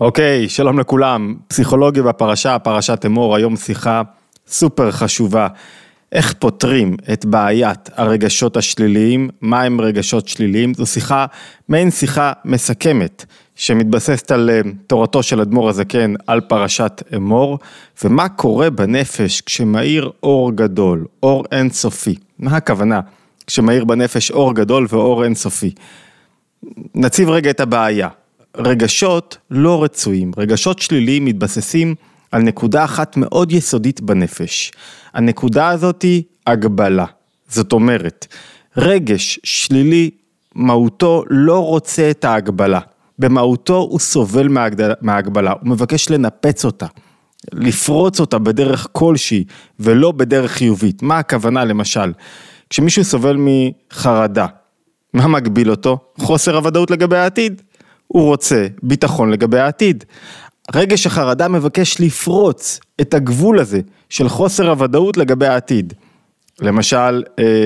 אוקיי, שלום לכולם, פסיכולוגיה בפרשה, פרשת אמור, היום שיחה סופר חשובה. איך פותרים את בעיית הרגשות השליליים, מה הם רגשות שליליים? זו שיחה, מעין שיחה מסכמת, שמתבססת על תורתו של אדמו"ר הזקן על פרשת אמור, ומה קורה בנפש כשמאיר אור גדול, אור אינסופי. מה הכוונה? כשמאיר בנפש אור גדול ואור אינסופי. נציב רגע את הבעיה. רגשות לא רצויים, רגשות שליליים מתבססים על נקודה אחת מאוד יסודית בנפש. הנקודה הזאת היא הגבלה. זאת אומרת, רגש שלילי מהותו לא רוצה את ההגבלה. במהותו הוא סובל מההגבלה, הוא מבקש לנפץ אותה, לפרוץ אותה בדרך כלשהי ולא בדרך חיובית. מה הכוונה למשל? כשמישהו סובל מחרדה, מה מגביל אותו? חוסר הוודאות לגבי העתיד. הוא רוצה ביטחון לגבי העתיד. רגש החרדה מבקש לפרוץ את הגבול הזה של חוסר הוודאות לגבי העתיד. למשל,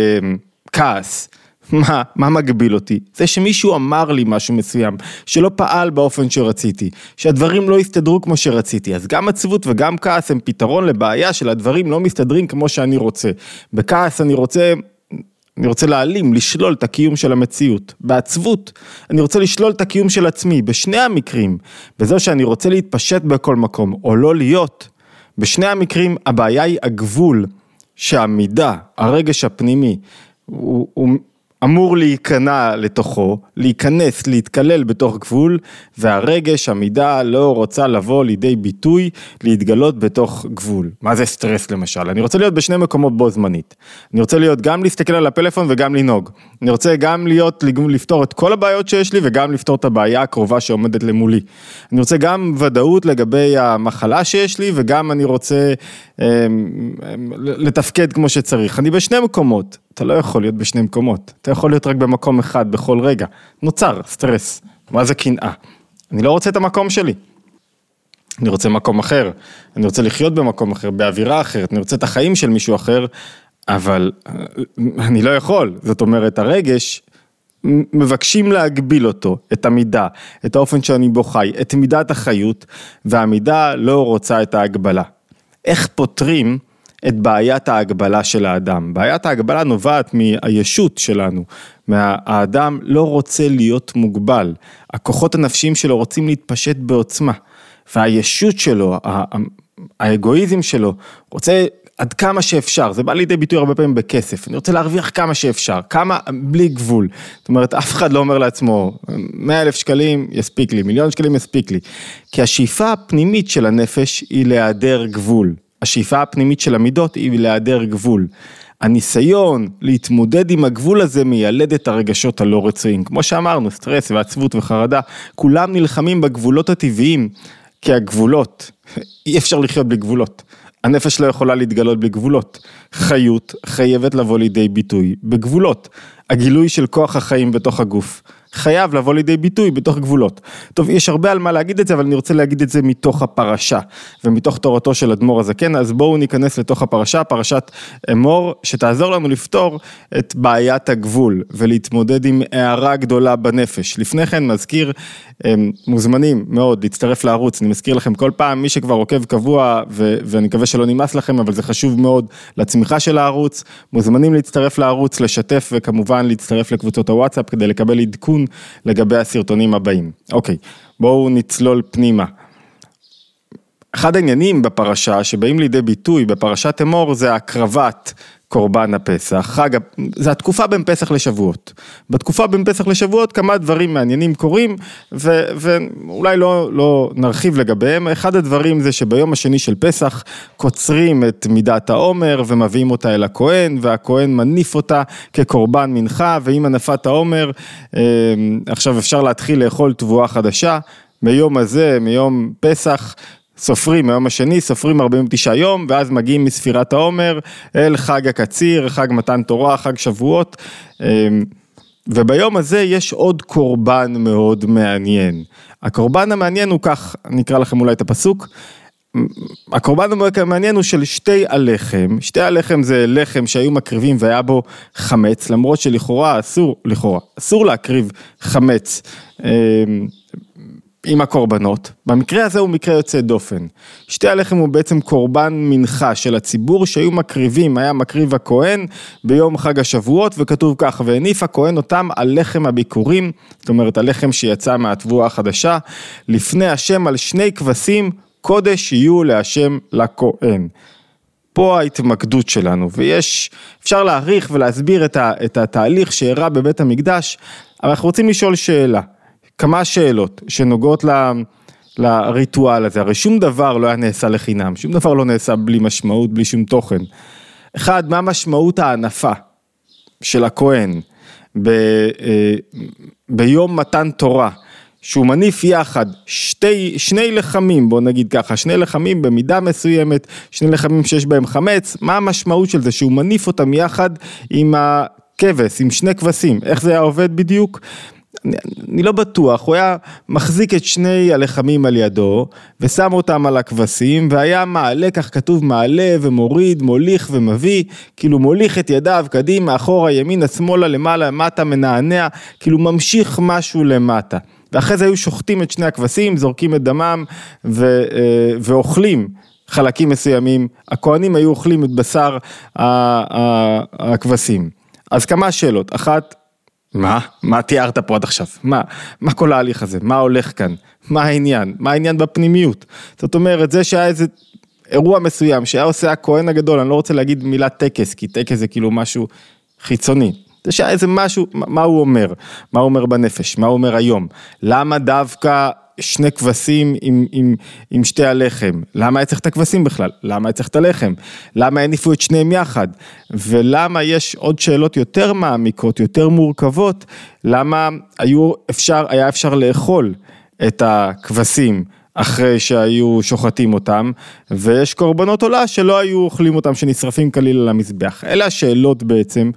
כעס. מה מגביל אותי? זה שמישהו אמר לי משהו מסוים, שלא פעל באופן שרציתי, שהדברים לא הסתדרו כמו שרציתי. אז גם עצבות וגם כעס הם פתרון לבעיה של הדברים לא מסתדרים כמו שאני רוצה. בכעס אני רוצה להעלים, לשלול את הקיום של המציאות. בעצבות, אני רוצה לשלול את הקיום של עצמי, בשני המקרים, בזו שאני רוצה להתפשט בכל מקום, או לא להיות. בשני המקרים, הבעיה היא הגבול, שהמידה, הרגש הפנימי, הוא אמור להיכנע לתוכו, להיכנס, להתקלל בתוך גבול, והרגש, המידה, לא רוצה לבוא לידי ביטוי, להתגלות בתוך גבול. מה זה סטרס למשל? אני רוצה להיות בשני מקומות בו זמנית. אני רוצה להיות גם להסתכל על הפלאפון וגם לנהוג. אני רוצה גם לפתור את כל הבעיות שיש לי, וגם לפתור את הבעיה הקרובה שעומדת למולי. אני רוצה גם ודאות לגבי המחלה שיש לי, וגם אני רוצה לתפקד כמו שצריך. אני בשני מקומות. אתה לא יכול להיות בשני מקומות, אתה יכול להיות רק במקום אחד בכל רגע. נוצר סטרס, מה זה קנאה? אני לא רוצה את המקום שלי, אני רוצה מקום אחר, אני רוצה לחיות במקום אחר, באווירה אחרת, אני רוצה את החיים של מישהו אחר, אבל אני לא יכול. זאת אומרת, הרגש, מבקשים להגביל אותו, את המידה, את האופן שאני בו חי, את מידת החיות, והמידה לא רוצה את ההגבלה. איך פותרים את בעיית ההגבלה של האדם? בעיית ההגבלה נובעת מהישות שלנו, האדם לא רוצה להיות מוגבל, הכוחות הנפשיים שלו רוצים להתפשט בעוצמה, והישות שלו, האגואיזם שלו, רוצה עד כמה שאפשר, זה בא לידי ביטוי הרבה פעמים בכסף, אני רוצה להרוויח כמה שאפשר, כמה בלי גבול, זאת אומרת, אף אחד לא אומר לעצמו, 100,000 שקלים יספיק לי, 1,000,000 שקלים יספיק לי, כי השאיפה הפנימית של הנפש היא להיעדר גבול, השאיפה הפנימית של המידות היא להיעדר גבול. הניסיון להתמודד עם הגבול הזה מיילד את הרגשות הלא רצויים. כמו שאמרנו, סטרס ועצבות וחרדה, כולם נלחמים בגבולות הטבעיים, כי הגבולות, אי אפשר לחיות בלי גבולות. הנפש לא יכולה להתגלות בלי גבולות. חיות חייבת לבוא לידי ביטוי בגבולות. הגילוי של כוח החיים בתוך הגוף חייב לבוא לידי ביטוי בתוך גבולות. טוב, יש הרבה על מה להגיד את זה, אבל אני רוצה להגיד את זה מתוך הפרשה, ומתוך תורתו של אדמו"ר הזקן, אז בואו ניכנס לתוך הפרשה, פרשת אמור, שתעזור לנו לפתור את בעיית הגבול, ולהתמודד עם הערה גדולה בנפש. לפני כן מזכיר, מוזמנים מאוד להצטרף לערוץ, אני מזכיר לכם כל פעם, מי שכבר עוקב קבוע, ואני מקווה שלא נמאס לכם, אבל זה חשוב מאוד לצמיחה של הערוץ, מוזמנים להצטרף לערוץ, לשתף, וכמובן להצטרף לקבוצות הוואטסאפ, כדי לקבל עדכון לגבי הסרטונים הבאים. אוקיי, בואו נצלול פנימה. אחד העניינים בפרשה שבאים לידי ביטוי בפרשת אמור זה הקרבת קורבן הפסח. זה התקופה בין פסח לשבועות. בתקופה בין פסח לשבועות כמה דברים מעניינים קורים, ואולי לא נרחיב לגביהם. אחד הדברים זה שביום השני של פסח קוצרים את מידת העומר ומביאים אותה אל הכהן, והכהן מניף אותה כקורבן מנחה, ועם הנפת העומר, עכשיו אפשר להתחיל לאכול תבואה חדשה. מיום הזה, מיום פסח, סופרים, היום השני, סופרים 49 יום, ואז מגיעים מספירת העומר, אל חג הקציר, חג מתן תורה, חג שבועות, וביום הזה יש עוד קורבן מאוד מעניין. הקורבן המעניין הוא כך, אני אקרא לכם אולי את הפסוק, הקורבן המעניין הוא של שתי הלחם, שתי הלחם זה לחם שהיו מקריבים והיה בו חמץ, למרות שלכאורה אסור להקריב חמץ, עם הקורבנות, במקרה הזה הוא מקרה יוצא דופן. שתי הלחם הוא בעצם קורבן מנחה של הציבור שהיו מקריבים, היה מקריב הכהן ביום חג השבועות, וכתוב כך, והניף הכהן אותם על לחם הביקורים, זאת אומרת הלחם שיצא מהתבואה החדשה, לפני השם על 2 כבשים, קודש יהיו להשם לכהן. פה ההתמקדות שלנו, אפשר להעריך ולהסביר את התהליך שאירע בבית המקדש, אבל אנחנו רוצים לשאול שאלה, כמה שאלות שנוגעות לריטואל הזה, הרי שום דבר לא היה נעשה לחינם, שום דבר לא נעשה בלי משמעות, בלי שום תוכן. אחד, מה משמעות הענפה של הכהן ביום מתן תורה, שהוא מניף יחד שני לחמים, בוא נגיד ככה, 2 לחמים במידה מסוימת, 2 לחמים שיש בהם חמץ, מה המשמעות של זה? שהוא מניף אותם יחד עם הכבש, עם 2 כבשים, איך זה היה עובד בדיוק? אני לא בטוח, הוא היה מחזיק את 2 הלחמים על ידו, ושם אותם על הכבשים, והיה מעלה, כך כתוב מעלה ומוריד, מוליך ומביא, כאילו מוליך את ידיו קדימה, אחורה, ימינה, שמאלה, למעלה, למטה, מנענע, כאילו ממשיך משהו למטה. ואחרי זה היו שוחטים את 2 הכבשים, זורקים את דמם ואוכלים חלקים מסוימים, הכהנים היו אוכלים את בשר הכבשים. אז כמה שאלות, אחת, מה תיארת פה עד עכשיו? מה כל ההליך הזה? מה הולך כאן? מה העניין? מה העניין בפנימיות? זאת אומרת, זה שהיה איזה אירוע מסוים, שהיה עושה הכהן הגדול, אני לא רוצה להגיד מילה טקס, כי טקס זה כאילו משהו חיצוני. זה שהיה איזה משהו, מה הוא אומר? מה הוא אומר בנפש? מה הוא אומר היום? למה דווקא 2 כבשים עם 2 הלחם? למה היה צריך את הכבשים בכלל? למה היה צריך את הלחם? למה הניפו את 2 יחד? ולמה יש עוד שאלות יותר מעמיקות, יותר מורכבות? למה היה אפשר לאכול את הכבשים אחרי שהיו שוחטים אותם, ויש קורבנות עולה שלא היו אוכלים אותם, שנשרפים כליל על המזבח? אלה השאלות בעצם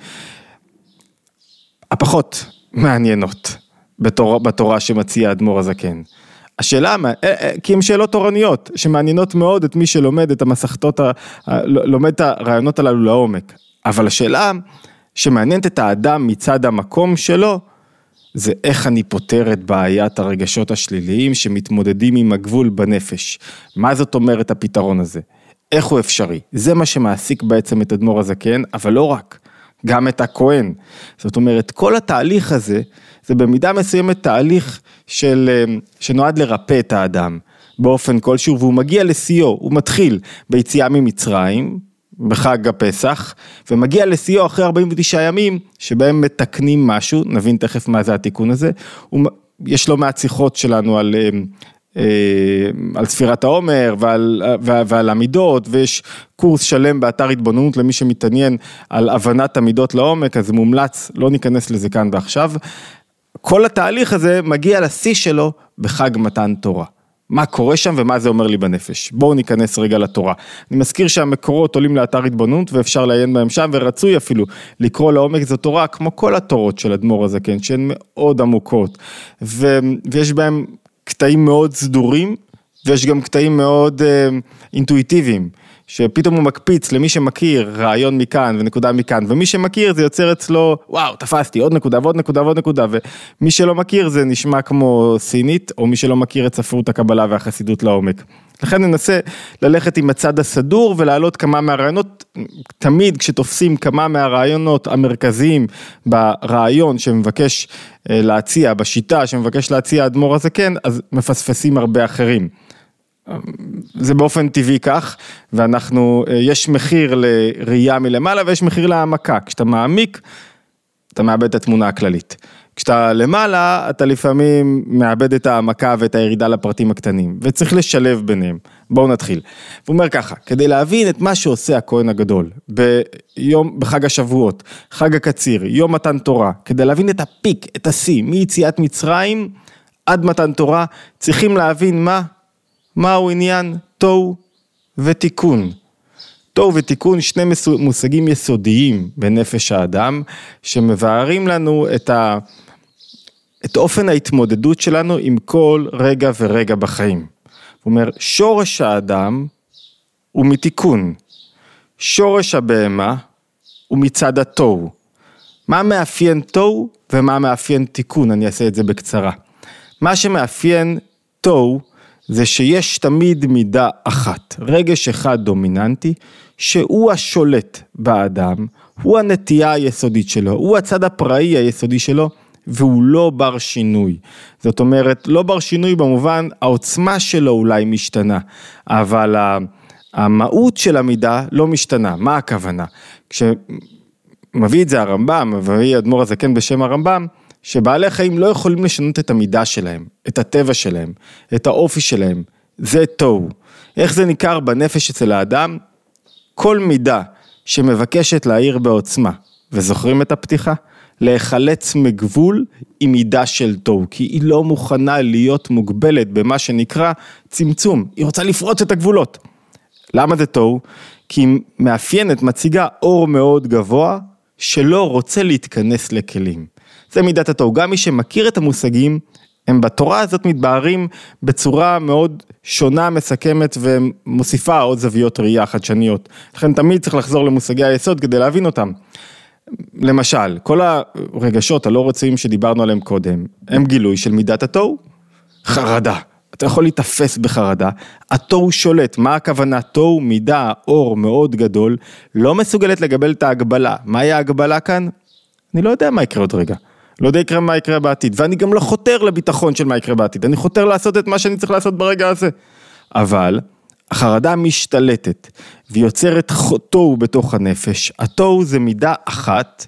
הפחות מעניינות בתורה שמציע האדמו"ר הזקן. השאלה, כי הן שאלות תורניות, שמעניינות מאוד את מי שלומד את המסכתות, לומד את הרעיונות הללו לעומק. אבל השאלה שמעניינת את האדם מצד המקום שלו, זה איך אני פותר את בעיית הרגשות השליליים שמתמודדים עם הגבול בנפש. מה זאת אומרת הפתרון הזה? איך הוא אפשרי? זה מה שמעסיק בעצם את האדמו"ר הזקן, אבל לא רק. גם את הכהן. זאת אומרת, כל התהליך הזה, זה במידה מסוימת תהליך שנועד לרפא את האדם, באופן כלשהו, והוא מגיע לסיום, הוא מתחיל ביציאה ממצרים, בחג הפסח, ומגיע לסיום אחרי 49 ימים, שבהם מתקנים משהו, נבין תכף מה זה התיקון הזה, יש לו מעט שיחות שלנו על ספירת העומר ועל המידות, ויש קורס שלם באתר התבוננות למי שמתעניין על הבנת המידות לעומק, אז מומלץ, לא ניכנס לזה כאן ועכשיו. כל התהליך הזה מגיע לשיא שלו בחג מתן תורה. מה קורה שם ומה זה אומר לי בנפש? בואו ניכנס רגע לתורה. אני מזכיר שהמקורות עולים לאתר התבוננות ואפשר לעיין בהם שם, ורצוי אפילו לקרוא לעומק זו תורה, כמו כל התורות של האדמו"ר הזקן, שהן מאוד עמוקות, ויש בהם קטעים מאוד סדורים, ויש גם קטעים מאוד אינטואיטיביים, שפתאום הוא מקפיץ למי שמכיר רעיון מכאן ונקודה מכאן, ומי שמכיר זה יוצר אצלו, וואו, תפסתי עוד נקודה ועוד נקודה ועוד נקודה, ומי שלא מכיר זה נשמע כמו סינית, או מי שלא מכיר את ספרות הקבלה והחסידות לעומק. לכן ננסה ללכת עם הצד הסדור ולהעלות כמה מהרעיונות, תמיד כשתופסים כמה מהרעיונות המרכזיים ברעיון שמבקש להציע, בשיטה שמבקש להציע האדמו"ר הזקן, אז מפספסים הרבה אחרים. זה באופן טבעי כך, ואנחנו, יש מחיר לראייה מלמעלה ויש מחיר להעמקה. כשאתה מעמיק, אתה מאבד את התמונה הכללית. כשאתה למעלה, אתה לפעמים מאבד את העמקה ואת הירידה לפרטים הקטנים, וצריך לשלב ביניהם. בואו נתחיל. הוא אומר ככה, כדי להבין את מה שעושה הכהן הגדול, בחג השבועות, חג הקציר, יום מתן תורה, כדי להבין את הפיק, את השיא, מיציאת מצרים עד מתן תורה, צריכים להבין מהו עניין תוהו ותיקון. תוהו ותיקון, 2 מושגים יסודיים בנפש האדם, שמבארים לנו את אופן ההתמודדות שלנו עם כל רגע ורגע בחיים. הוא אומר, שורש האדם הוא מתיקון, שורש הבהמה הוא מצד התוהו. מה מאפיין תוהו ומה מאפיין תיקון? אני אעשה את זה בקצרה. מה שמאפיין תוהו זה שיש תמיד מידה אחת, רגש אחד דומיננטי, שהוא השולט באדם, הוא הנטייה היסודית שלו, הוא הצד הפראי היסודי שלו, והוא לא בר שינוי. זאת אומרת, לא בר שינוי במובן, העוצמה שלו אולי משתנה, אבל המהות של המידה לא משתנה. מה הכוונה? כשמביא את זה הרמב"ם, מביא אדמו"ר הזקן בשם הרמב"ם, שבעלי חיים לא יכולים לשנות את המידה שלהם, את הטבע שלהם, את האופי שלהם. זה תוהו. איך זה ניכר בנפש אצל האדם? כל מידה שמבקשת להעיר בעוצמה, וזוכרים את הפתיחה? להיחלץ מגבול עם מידה של תוהו, כי היא לא מוכנה להיות מוגבלת במה שנקרא צמצום, היא רוצה לפרוץ את הגבולות. למה זה תוהו? כי היא מאפיינת, מציגה אור מאוד גבוה, שלא רוצה להתכנס לכלים. זה מידת התוהו. גם מי שמכיר את המושגים, הם בתורה הזאת מתבהרים בצורה מאוד שונה, מסכמת ומוסיפה עוד זוויות ראייה חדשניות. לכן תמיד צריך לחזור למושגי היסוד כדי להבין אותם. למשל, כל הרגשות הלא רצויים שדיברנו עליהם קודם, הם גילוי של מידת התוהו. חרדה. אתה יכול להתאפס בחרדה. התוהו שולט. מה הכוונה? תוהו, מידה, אור מאוד גדול, לא מסוגלת לגבל את ההגבלה. מהי ההגבלה כאן? אני לא יודע מה יקרה עוד רגע. לא יודע מה יקרה בעתיד, ואני גם לא חותר לביטחון של מה יקרה בעתיד, אני חותר לעשות את מה שאני צריך לעשות ברגע הזה. אבל החרדה משתלטת, ויוצרת תוהו בתוך הנפש. התוהו זה מידה אחת,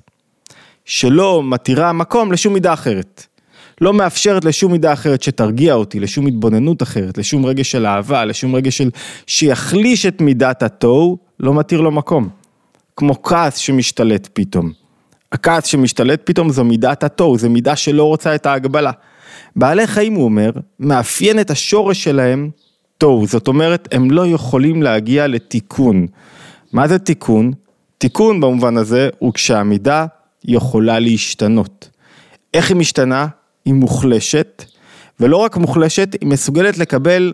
שלא מתירה מקום לשום מידה אחרת. לא מאפשרת לשום מידה אחרת שתרגיע אותי, לשום התבוננות אחרת, לשום רגש של אהבה, לשום רגש של שיחליש את מידת התוהו, לא מתיר לו מקום. כמו כעס שמשתלט פתאום. הכעס שמשתלט פתאום זו מידת התוהו, זו מידה שלא רוצה את ההגבלה. בעלי חיים, הוא אומר, מאפיין את השורש שלהם תוהו, זאת אומרת, הם לא יכולים להגיע לתיקון. מה זה תיקון? תיקון במובן הזה הוא כשהמידה יכולה להשתנות. איך היא משתנה? היא מוחלשת, ולא רק מוחלשת, היא מסוגלת לקבל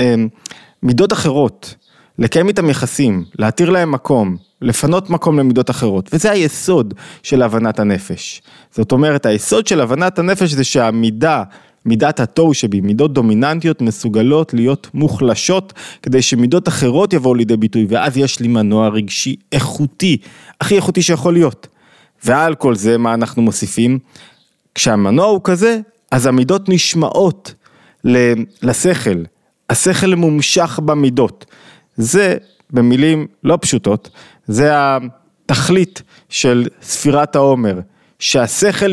מידות אחרות, לקיים איתם יחסים, להתיר להם מקום, לפנות מקום למידות אחרות, וזה היסוד של הבנת הנפש. זאת אומרת, היסוד של הבנת הנפש זה שהמידה, מידת התוהו שבי, מידות דומיננטיות מסוגלות להיות מוחלשות, כדי שמידות אחרות יבואו לידי ביטוי, ואז יש לי מנוע רגשי איכותי, הכי איכותי שיכול להיות. ועל כל זה, מה אנחנו מוסיפים? כשהמנוע הוא כזה, אז המידות נשמעות לשכל, השכל מומשך במידות. זה, במילים לא פשוטות, זה התכלית של ספירת העומר, שהשכל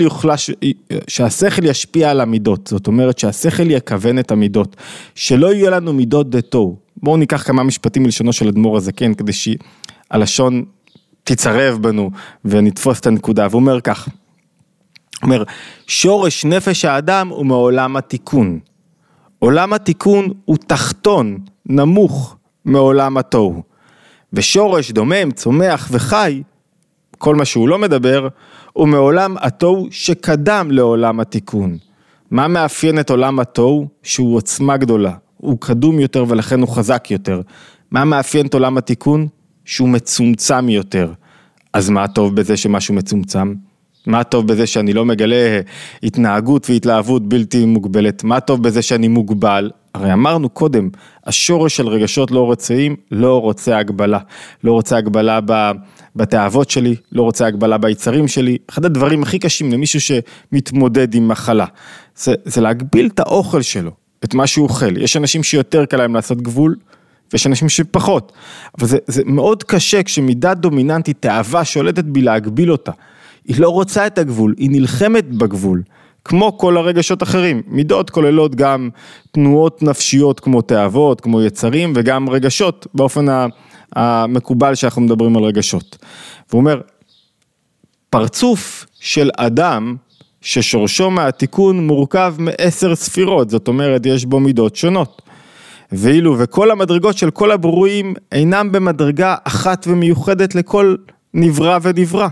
ישפיע על המידות, זאת אומרת שהשכל יכוון את המידות, שלא יהיה לנו מידות דתו. בואו ניקח כמה משפטים מלשונו של אדמו"ר הזקן, כדי שהלשון תצרב בנו ונתפוס את הנקודה, והוא אומר כך, אומר, שורש נפש האדם הוא מעולם התיקון. עולם התיקון הוא תחתון, נמוך מעולם התוהו. ושורש דומם, צומח וחי, כל מה שהוא לא מדבר, הוא מעולם התוהו שקדם לעולם התיקון. מה מאפיין את עולם התוהו? שהוא עוצמה גדולה, הוא קדום יותר ולכן הוא חזק יותר. מה מאפיין את עולם התיקון? שהוא מצומצם יותר. אז מה טוב בזה שמשהו מצומצם? מה טוב בזה שאני לא מגלה התנהגות והתלהבות בלתי מוגבלת? מה טוב בזה שאני מוגבל? הרי אמרנו קודם, השורש של רגשות לא רצויים, לא רוצה הגבלה. לא רוצה הגבלה בתאוות שלי, לא רוצה הגבלה ביצרים שלי. אחד הדברים הכי קשים למישהו שמתמודד עם מחלה, זה להגביל את האוכל שלו, את מה שהוא אוכל. יש אנשים שיותר קל להם לעשות גבול, ויש אנשים שפחות. אבל זה מאוד קשה כשמידה דומיננטית, תאווה שולטת בי להגביל אותה. היא לא רוצה את הגבול, היא נלחמת בגבול. כמו כל הרגשות אחרים, מידות כוללות גם תנועות נפשיות כמו תאוות, כמו יצרים, וגם רגשות באופן המקובל שאנחנו מדברים על רגשות. והוא אומר, פרצוף של אדם ששורשו מהתיקון מורכב מ10 ספירות, זאת אומרת יש בו מידות שונות. ואילו וכל המדרגות של כל הברואים אינם במדרגה אחת ומיוחדת לכל נברא ונברא.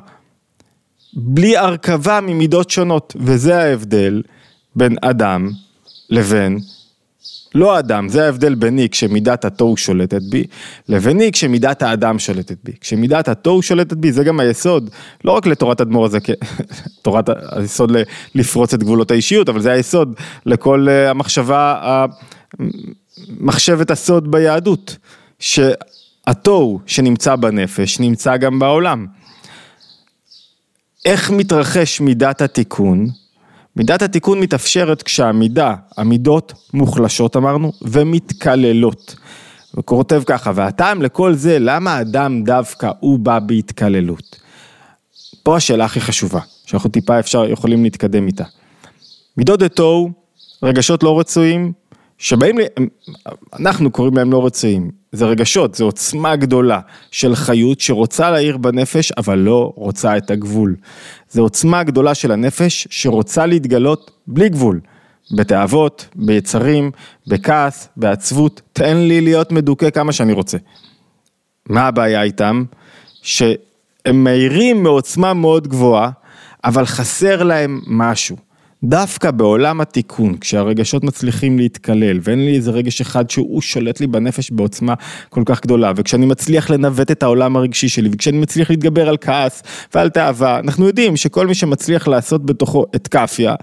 בלי הרכבה ממידות שונות, וזה ההבדל בין אדם לבין לא האדם, זה ההבדל ביני כשמידת התוהו שולטת בי, לביני כשמידת האדם שולטת בי. כשמידת התוהו שולטת בי, זה גם היסוד, לא רק לתורת אדמו"ר הזה, תורת היסוד לפרוץ את גבולות האישיות, אבל זה היסוד לכל המחשבה, מחשבת הסוד ביהדות, שהתוהו שנמצא בנפש, נמצא גם בעולם. איך מתרחש מידת התיקון? מידת התיקון מתאפשרת כשהמידה, המידות מוחלשות אמרנו, ומתקללות. הוא כותב ככה, והטעם לכל זה, למה האדם דווקא הוא בא בהתקללות? פה השאלה הכי חשובה, שאנחנו טיפה יכולים להתקדם איתה. מידות התוהו, רגשות לא רצויים, שבאים אנחנו קוראים להם לא רצויים, זה רגשות, זה עוצמה גדולה של חיות שרוצה להעיר בנפש, אבל לא רוצה את הגבול. זה עוצמה גדולה של הנפש שרוצה להתגלות בלי גבול, בתאוות, ביצרים, בכעס, בעצבות, תן לי להיות מדוכא כמה שאני רוצה. מה הבעיה איתם? שהם מהירים מעוצמה מאוד גבוהה, אבל חסר להם משהו. דווקא בעולם התיקון, כשהרגשות מצליחים להתקלל, ואין לי איזה רגש אחד שהוא שולט לי בנפש בעוצמה כל כך גדולה, וכשאני מצליח לנווט את העולם הרגשי שלי, וכשאני מצליח להתגבר על כעס ועל תאווה, אנחנו יודעים שכל מי שמצליח לעשות בתוכו את קפיה,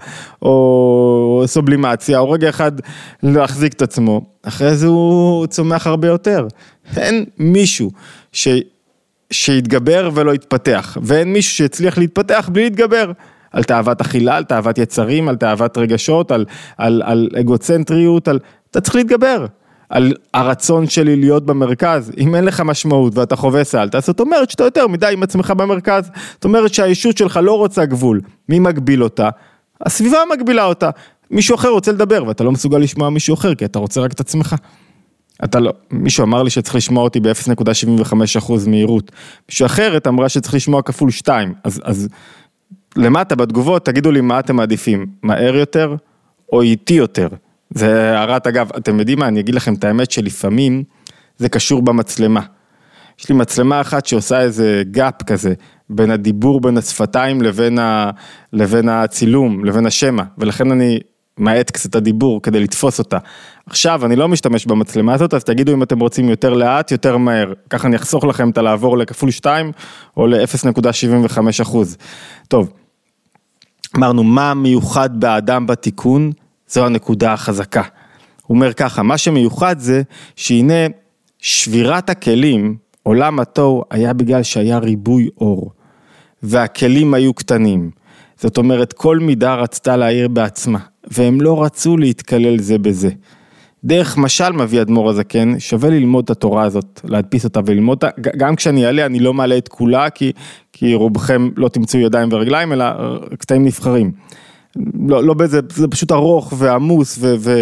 או סובלימציה, או רגע אחד להחזיק את עצמו, אחרי זה הוא צומח הרבה יותר. אין מישהו שיתגבר ולא יתפתח, ואין מישהו שיצליח להתפתח בלי להתגבר. על תאוות אכילה, על תאוות יצרים, על תאוות רגשות, על אגוצנטריות, אתה צריך להתגבר. על הרצון שלי להיות במרכז, אם אין לך משמעות ואתה חווה סלט, אז זאת אומרת שאתה יותר מדי עם עצמך במרכז, זאת אומרת שהאישות שלך לא רוצה גבול, מי מגביל אותה? הסביבה מגבילה אותה, מישהו אחר רוצה לדבר, ואתה לא מסוגל לשמוע מישהו אחר, כי אתה רוצה רק את עצמך. אתה לא, מישהו אמר לי שצריך לשמוע אותי ב-0.75% מהירות, מישהו אחרת אמרה שצריך לשמוע כפול 2, אז למטה בתגובות תגידו לי מה אתם מעדיפים, מהר יותר או איטי יותר. זה הערת אגב, אתם יודעים מה, אני אגיד לכם את האמת שלפעמים זה קשור במצלמה. יש לי מצלמה אחת שעושה איזה גאפ כזה, בין הדיבור בין השפתיים לבין הצילום, לבין השמה, ולכן אני מעט קצת הדיבור כדי לתפוס אותה. עכשיו אני לא משתמש במצלמה הזאת, אז תגידו אם אתם רוצים יותר לאט, יותר מהר. ככה אני אחסוך לכם את לעבור לכפול 2 או ל-0.75%. טוב, אמרנו מה מיוחד באדם בתיקון, זו הנקודה החזקה. הוא אומר ככה, מה שמיוחד זה שהנה שבירת הכלים, עולם התוהו היה בגלל שהיה ריבוי אור, והכלים היו קטנים. זאת אומרת, כל מידה רצתה להעיר בעצמה, והם לא רצו להתקלל זה בזה. דרך משל מביא אדמו"ר הזקן, שווה ללמוד את התורה הזאת, להדפיס אותה וללמוד אותה, גם כשאני אעלה, אני לא מעלה את כולה, כי רובכם לא תמצאו ידיים ורגליים, אלא קטעים נבחרים. לא בזה, זה פשוט ארוך ועמוס,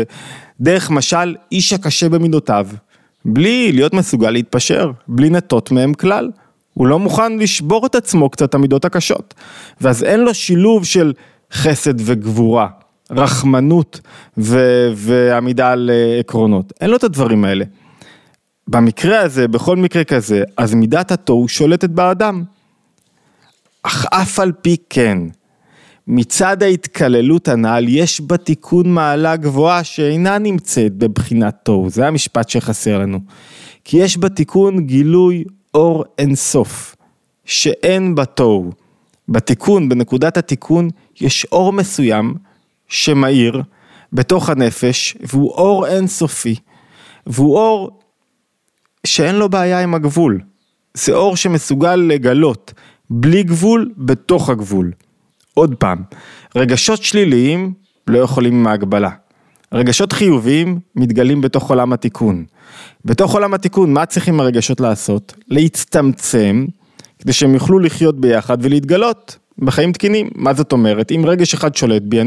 ודרך משל, איש הקשה במינותיו, בלי להיות מסוגל להתפשר, בלי נטות מהם כלל, הוא לא מוכן לשבור את עצמו קצת המידות הקשות, ואז אין לו שילוב של חסד וגבורה, רחמנות ועמידה על עקרונות, אין לו את הדברים האלה. במקרה הזה, בכל מקרה כזה, אז מידת התוהו שולטת באדם, אך אף על פי כן, מצד ההתקללות הנעל, יש בתיקון מעלה גבוהה שאינה נמצאת בבחינת תוהו, זה המשפט שחסר לנו, כי יש בתיקון גילוי אור אינסוף, שאין בתוהו, בתיקון, בנקודת התיקון, יש אור מסוים שמאיר בתוך הנפש, והוא אור אינסופי, והוא אור שאין לו בעיה עם הגבול, זה אור שמסוגל לגלות בלי גבול בתוך הגבול. עוד פעם, רגשות שליליים לא יכולים עם ההגבלה, רגשות חיוביים מתגלים בתוך עולם התיקון. בתוך עולם התיקון, מה צריכים הרגשות לעשות? להצטמצם, כדי שהם יוכלו לחיות ביחד ולהתגלות בחיים תקינים. מה זאת אומרת? אם רגש אחד שולט בי,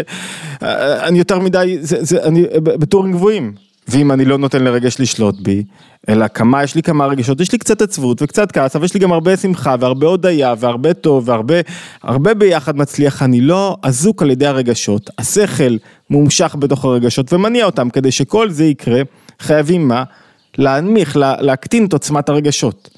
אני יותר מדי, אני בטורים גבוהים. ואם אני לא נותן לרגש לשלוט בי, אלא יש לי כמה רגשות, יש לי קצת עצבות וקצת כעס, אבל יש לי גם הרבה שמחה והרבה הודיה והרבה טוב והרבה ביחד מצליח, אני לא אזוק על ידי הרגשות, השכל מומשך בתוך הרגשות ומניע אותם, כדי שכל זה יקרה, חייבים מה? להנמיך, להקטין את עוצמת הרגשות.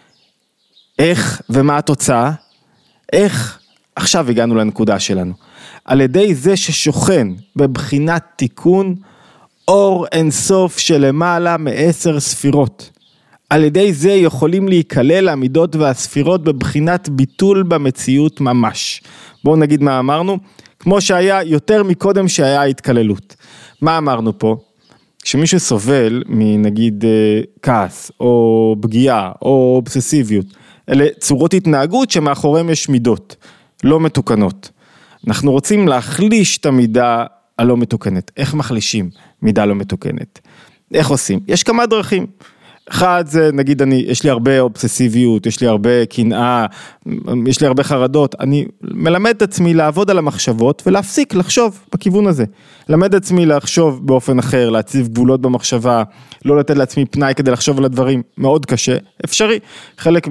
איך ומה התוצאה? איך? עכשיו הגענו לנקודה שלנו. על ידי זה ששוכן בבחינת תיקון, אור אינסוף שלמעלה מ10 ספירות. על ידי זה יכולים להיכלל המידות והספירות בבחינת ביטול במציאות ממש. בואו נגיד מה אמרנו, כמו שהיה יותר מקודם שהיה התכללות. מה אמרנו פה? כשמישהו סובל מנגיד כעס או פגיעה או אובססיביות, אלה צורות התנהגות שמאחוריהם יש מידות לא מתוקנות. אנחנו רוצים להחליש את המידה הלא מתוקנת. איך מחלישים מידה לא מתוקנת? איך עושים? יש כמה דרכים. אחד זה נגיד יש לי הרבה אובססיביות, יש לי הרבה קנאה, יש לי הרבה חרדות, אני מלמד את עצמי לעבוד על המחשבות ולהפסיק לחשוב בכיוון הזה. למד את עצמי לחשוב באופן אחר, להציב גבולות במחשבה, לא לתת לעצמי פנאי כדי לחשוב על הדברים, מאוד קשה, אפשרי, חלק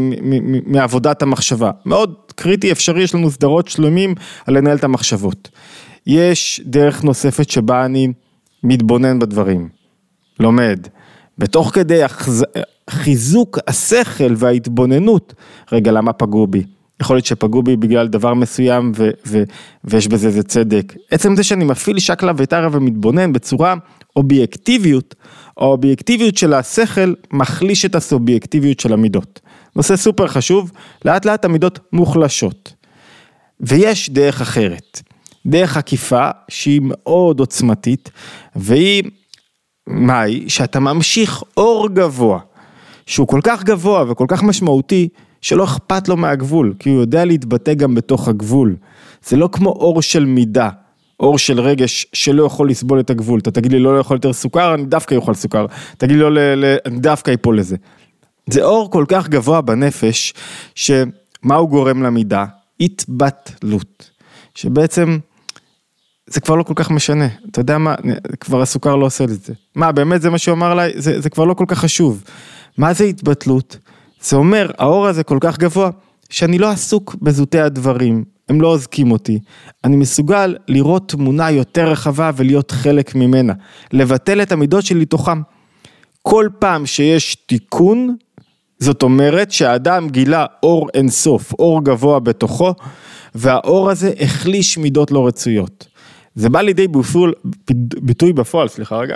מעבודת המחשבה, מאוד קריטי, אפשרי, יש לנו סדרות שלמים על לנהל את המחשבות. יש דרך נוספת שבה אני מתבונן בדברים, לומד, בתוך כדי חיזוק השכל וההתבוננות, רגע, למה פגעו בי? יכול להיות שפגעו בי בגלל דבר מסוים ויש בזה זה צדק. עצם זה שאני מפעיל שקלא וטריא ומתבונן בצורה אובייקטיביות, האובייקטיביות של השכל מחליש את הסובייקטיביות של המידות. נושא סופר חשוב, לאט לאט המידות מוחלשות. ויש דרך אחרת, דרך עקיפה שהיא מאוד עוצמתית, והיא מהי? שאתה ממשיך אור גבוה, שהוא כל כך גבוה וכל כך משמעותי, שלא אכפת לו מהגבול, כי הוא יודע להתבטא גם בתוך הגבול. זה לא כמו אור של מידה, אור של רגש שלא יכול לסבול את הגבול. אתה תגיד לי לא יכול יותר סוכר, אני דווקא יאכל סוכר. תגיד לי לא, אני דווקא יפול לזה. זה אור כל כך גבוה בנפש, שמה הוא גורם למידה? התבטלות. שבעצם זה כבר לא כל כך משנה, אתה יודע מה, כבר הסוכר לא עושה את זה. מה, באמת זה מה שהוא אמר לי, זה כבר לא כל כך חשוב. מה זה התבטלות? זה אומר, האור הזה כל כך גבוה, שאני לא עסוק בזוטי הדברים, הם לא עוזקים אותי. אני מסוגל לראות תמונה יותר רחבה ולהיות חלק ממנה, לבטל את המידות שלי תוכם. כל פעם שיש תיקון, זאת אומרת שהאדם גילה אור אינסוף, אור גבוה בתוכו, והאור הזה החליש מידות לא רצויות. זה בא לידי ביטוי בפועל, סליחה רגע.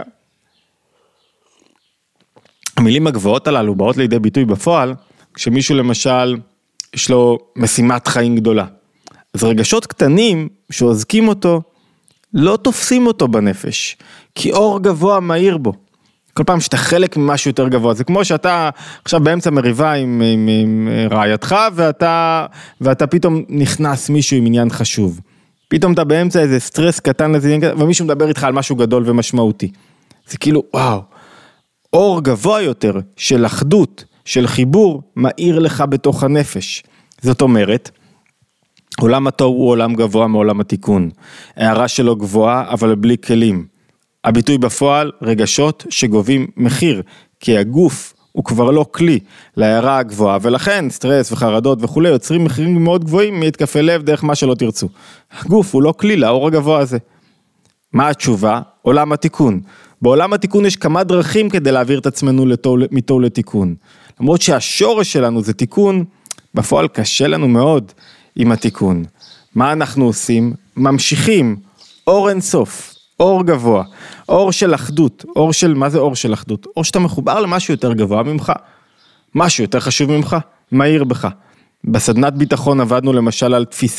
המילים הגבוהות הללו באות לידי ביטוי בפועל, כשמישהו למשל, יש לו משימת חיים גדולה. אז רגשות קטנים שעוזקים אותו, לא תופסים אותו בנפש, כי אור גבוה מהיר בו. כל פעם שאתה חלק ממשהו יותר גבוה, זה כמו שאתה עכשיו באמצע מריבה עם רעייתך, ואתה פתאום נכנס מישהו עם עניין חשוב. פתאום אתה באמצע איזה סטרס קטן, ומישהו מדבר איתך על משהו גדול ומשמעותי. זה כאילו, וואו, אור גבוה יותר של אחדות, של חיבור, מאיר לך בתוך הנפש. זאת אומרת, עולם התוהו הוא עולם גבוה מעולם התיקון. הערה שלו גבוהה, אבל בלי כלים. הביטוי בפועל, רגשות שגובים מחיר, כי הגוף הוא כבר לא כלי להערה הגבוהה, ולכן סטרס וחרדות וכו' יוצרים מחירים מאוד גבוהים מהתקפי לב דרך מה שלא תרצו. הגוף הוא לא כלי לאור הגבוה הזה. מה התשובה? עולם התיקון. בעולם התיקון יש כמה דרכים כדי להעביר את עצמנו מתוהו לתיקון. למרות שהשורש שלנו זה תיקון, בפועל קשה לנו מאוד עם התיקון. מה אנחנו עושים? ממשיכים, אור אינסוף. אור גבוה, אור של אחדות, אור של, מה זה אור של אחדות? אור שאתה מחובר למשהו יותר גבוה ממך, משהו יותר חשוב ממך, מהיר בך. בסדנת ביטחון עבדנו למשל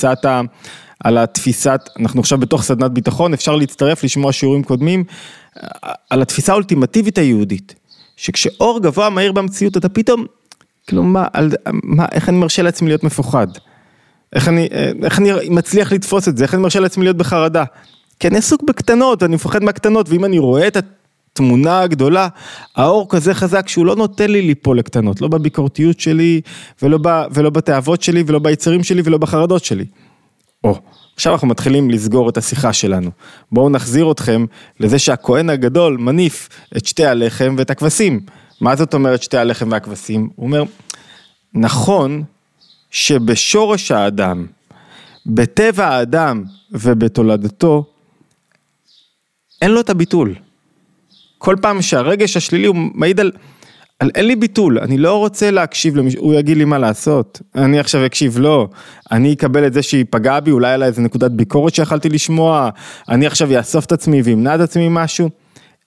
על התפיסת, אנחנו עכשיו בתוך סדנת ביטחון, אפשר להצטרף לשמוע שיעורים קודמים, על התפיסה האולטימטיבית היהודית, שכשאור גבוה מהיר במציאות, אתה פתאום, כאילו איך אני מרשה לעצמי להיות מפוחד? איך אני מצליח לתפוס את זה? איך אני מרשה לעצמי להיות בחרדה? כי אני עסוק בקטנות, אני מפחד מהקטנות, ואם אני רואה את התמונה הגדולה, האור כזה חזק, שהוא לא נותן לי ליפול לקטנות, לא בביקורתיות שלי, ולא בתאוות שלי, ולא ביצרים שלי, ולא בחרדות שלי. עכשיו אנחנו מתחילים לסגור את השיחה שלנו. בואו נחזיר אתכם לזה שהכהן הגדול מניף את שתי הלחם ואת הכבשים. מה זאת אומרת שתי הלחם והכבשים? הוא אומר, נכון שבשורש האדם, בטבע האדם ובתולדתו, אין לו את הביטול. כל פעם שהרגש השלילי הוא מעיד על אין לי ביטול, אני לא רוצה להקשיב למישהו, הוא יגיד לי מה לעשות, אני עכשיו אקשיב לו, אני אקבל את זה שהיא פגעה בי, אולי עליי איזה נקודת ביקורת שיכלתי לשמוע, אני עכשיו יאסוף את עצמי וימנע את עצמי משהו,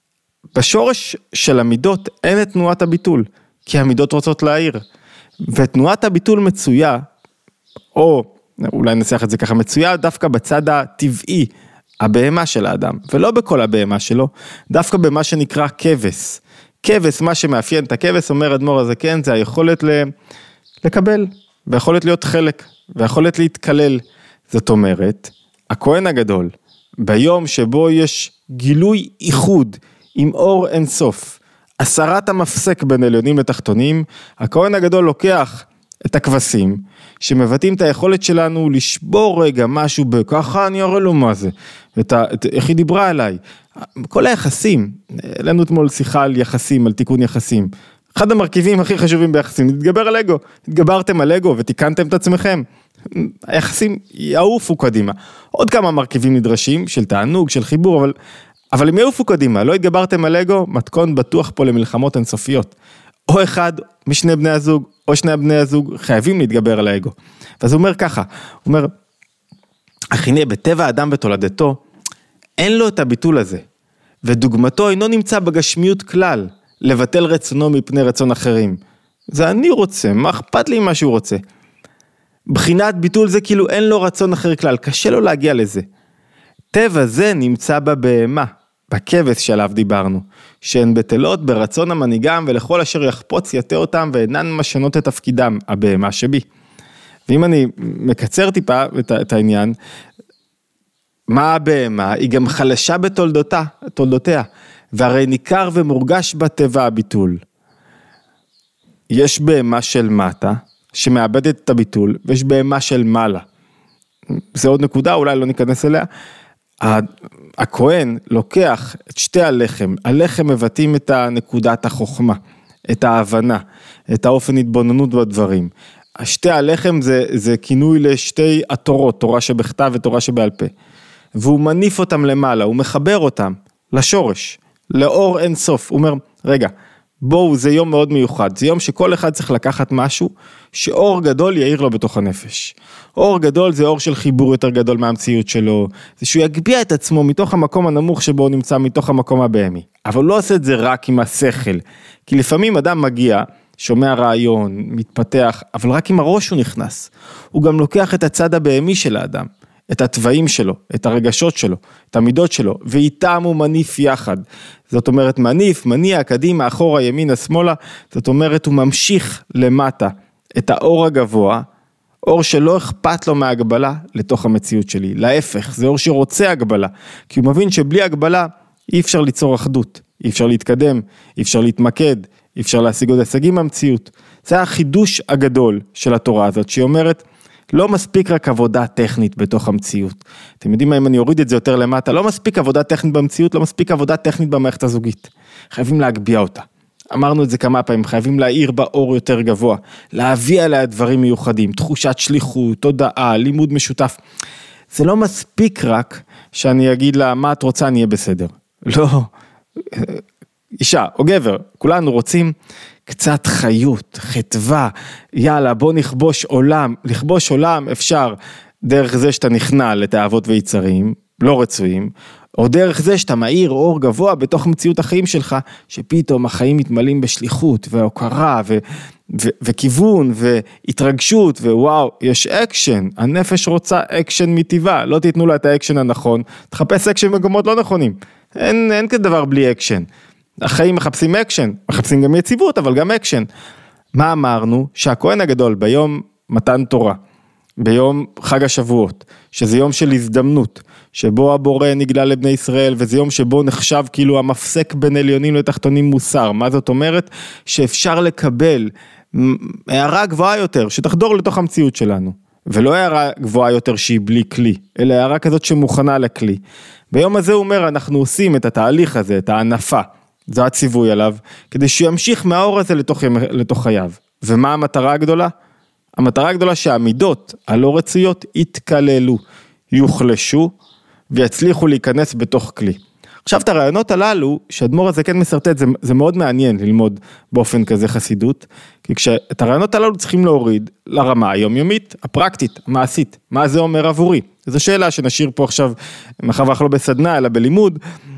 בשורש של המידות אין את תנועת הביטול, כי המידות רוצות להעיר, ותנועת הביטול מצויה, או אולי ננסח את זה ככה, מצויה דווקא בצד הטבעי, הבהמה של האדם, ולא בכל הבהמה שלו, דווקא במה שנקרא כבש. כבש, מה שמאפיין את הכבש, אומר אדמו"ר הזקן, זה היכולת לקבל, ויכולת להיות חלק, ויכולת להתקלל. זאת אומרת, הכהן הגדול, ביום שבו יש גילוי איחוד עם אור אינסוף, הסרת המפסק בין עליונים לתחתונים, הכהן הגדול לוקח את הכבשים, שמבטאים את היכולת שלנו לשבור רגע משהו בככה, אני אראה לו מה זה, איך היא דיברה אליי, כל היחסים, לנו אתמול שיחה על יחסים, על תיקון יחסים, אחד המרכיבים הכי חשובים ביחסים, להתגבר על אגו, התגברתם על אגו ותיקנתם את עצמכם, היחסים יעופו קדימה, עוד כמה מרכיבים נדרשים, של תענוג, של חיבור, אבל אם יעופו קדימה, לא התגברתם על אגו, מתכון בטוח פה למלחמות אינסופיות, או אחד משני בני הזוג, או שני בני הזוג, חייבים להתגבר על האגו. ואז הוא אומר ככה, הוא אומר, הנה, בטבע האדם בתולדתו, אין לו את הביטול הזה, ודוגמתו אינו נמצא בגשמיות כלל, לבטל רצונו מפני רצון אחרים. זה אני רוצה, מה אכפת לי מה שהוא רוצה? בחינת ביטול זה כאילו אין לו רצון אחר כלל, קשה לו להגיע לזה. טבע זה נמצא בבהמה, בכבש שעליו דיברנו, שהן בטלות ברצון המנהיגם ולכל אשר יחפוץ יתה אותם ואינן משנות את תפקידם, הבהמה שבי. ואם אני מקצר טיפה את העניין, מה הבהמה? היא גם חלשה בתולדותיה, והרי ניכר ומורגש בטבע הביטול. יש בהמה של מטה, שמאבדת את הביטול, ויש בהמה של מעלה. זה עוד נקודה, אולי לא ניכנס אליה. הכהן לוקח את שתי הלחם, הלחם מבטאים את נקודת החוכמה, את ההבנה, את האופן התבוננות בדברים. שתי הלחם זה כינוי לשתי התורות, תורה שבכתב ותורה שבעל פה. והוא מניף אותם למעלה, הוא מחבר אותם לשורש, לאור אין סוף. הוא אומר, רגע, בואו, זה יום מאוד מיוחד, זה יום שכל אחד צריך לקחת משהו, שאור גדול יאיר לו בתוך הנפש. אור גדול זה אור של חיבור יותר גדול מהמציאות שלו, זה שהוא יגביע את עצמו מתוך המקום הנמוך שבו הוא נמצא, מתוך המקום הבהמי. אבל לא עושה את זה רק עם השכל, כי לפעמים אדם מגיע, שומע רעיון, מתפתח, אבל רק עם הראש הוא נכנס. הוא גם לוקח את הצד הבהמי של האדם, את הטבעים שלו, את הרגשות שלו, את המידות שלו, ואיתם הוא מניף יחד. זאת אומרת, מניע, קדימה, אחורה, ימינה, שמאלה, זאת אומרת, הוא ממשיך למטה את האור הגבוה, אור שלא אכפת לו מהגבלה לתוך המציאות שלי. להפך, זה אור שרוצה הגבלה, כי הוא מבין שבלי הגבלה אי אפשר ליצור אחדות, אי אפשר להתקדם, אי אפשר להתמקד, אי אפשר להשיג עוד הישגים מהמציאות. זה החידוש הגדול של התורה הזאת, שהיא אומרת, לא מספיק רק עבודה טכנית בתוך המציאות. אתם יודעים מה, אם אני אוריד את זה יותר למטה, לא מספיק עבודה טכנית במציאות, לא מספיק עבודה טכנית במערכת הזוגית. חייבים להגביה אותה. אמרנו את זה כמה פעמים, חייבים להאיר באור יותר גבוה, להביא עליה דברים מיוחדים, תחושת שליחות, תודעה, לימוד משותף. זה לא מספיק רק שאני אגיד לה, מה את רוצה, אני אהיה בסדר. לא, אישה או גבר, כולנו רוצים קצת חיות, חטבה, יאללה בוא נכבוש עולם, לכבוש עולם אפשר דרך זה שאתה נכנע לתאוות ויצרים, לא רצויים, או דרך זה שאתה מאיר אור גבוה בתוך מציאות החיים שלך, שפתאום החיים מתמלאים בשליחות והוקרה וכיוון והתרגשות ווואו, יש אקשן, הנפש רוצה אקשן מטבעה, לא תיתנו לה את האקשן הנכון, תחפש אקשן במקומות לא נכונים, אין כדבר בלי אקשן. החיים מחפשים אקשן, מחפשים גם יציבות, אבל גם אקשן. מה אמרנו? שהכהן הגדול ביום מתן תורה, ביום חג השבועות, שזה יום של הזדמנות, שבו הבורא נגלה לבני ישראל, וזה יום שבו נחשב כאילו המפסק בין עליונים לתחתונים מוסר. מה זאת אומרת? שאפשר לקבל הערה גבוהה יותר, שתחדור לתוך המציאות שלנו. ולא הערה גבוהה יותר שהיא בלי כלי, אלא הערה כזאת שמוכנה לכלי. ביום הזה הוא אומר, אנחנו עושים את התהליך הזה, את הענפה. זה הציווי עליו, כדי שימשיך מהאור הזה לתוך חייו. ומה המטרה הגדולה? המטרה הגדולה שהמידות הלא רצויות יתקללו, יוחלשו, ויצליחו להיכנס בתוך כלי. עכשיו את הרעיונות הללו, שהאדמו"ר הזה כן מסרטט, זה מאוד מעניין ללמוד באופן כזה חסידות, כי כשאת הרעיונות הללו צריכים להוריד לרמה היומיומית, הפרקטית, המעשית, מה זה אומר עבורי? זו שאלה שנשאיר פה עכשיו, מאחר ואנחנו לא בסדנה, אלא בלימוד,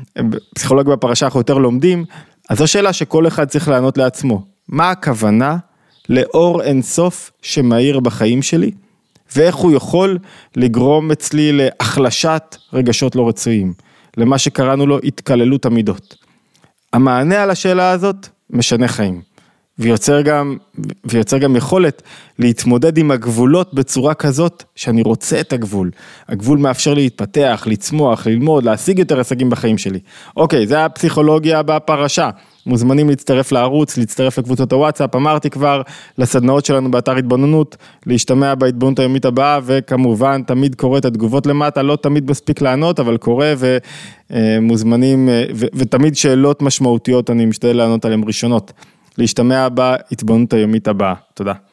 פסיכולוגיה בפרשה אנחנו יותר לומדים, אז זו שאלה שכל אחד צריך לענות לעצמו. מה הכוונה לאור אינסוף שמאיר בחיים שלי, ואיך הוא יכול לגרום אצלי להחלשת רגשות לא רצויים, למה שקראנו לו התקללות המידות. המענה על השאלה הזאת משנה חיים, ויוצר גם יכולת להתמודד עם הגבולות בצורה כזאת שאני רוצה את הגבול. הגבול מאפשר לי להתפתח, לצמוח, ללמוד, להשיג יותר הישגים בחיים שלי. אוקיי, זה הפסיכולוגיה בפרשה. מוזמנים להצטרף לערוץ, להצטרף לקבוצות הוואטסאפ, אמרתי כבר, לסדנאות שלנו באתר התבוננות, להשתמע בהתבוננות היומית הבאה, וכמובן תמיד קורא את התגובות למטה, לא תמיד מספיק לענות, אבל קורא ומוזמנים, ותמיד שאלות משמעותיות אני משתדל לענות עליהן ראשונות. להשתמע בהתבוננות היומית הבאה. תודה.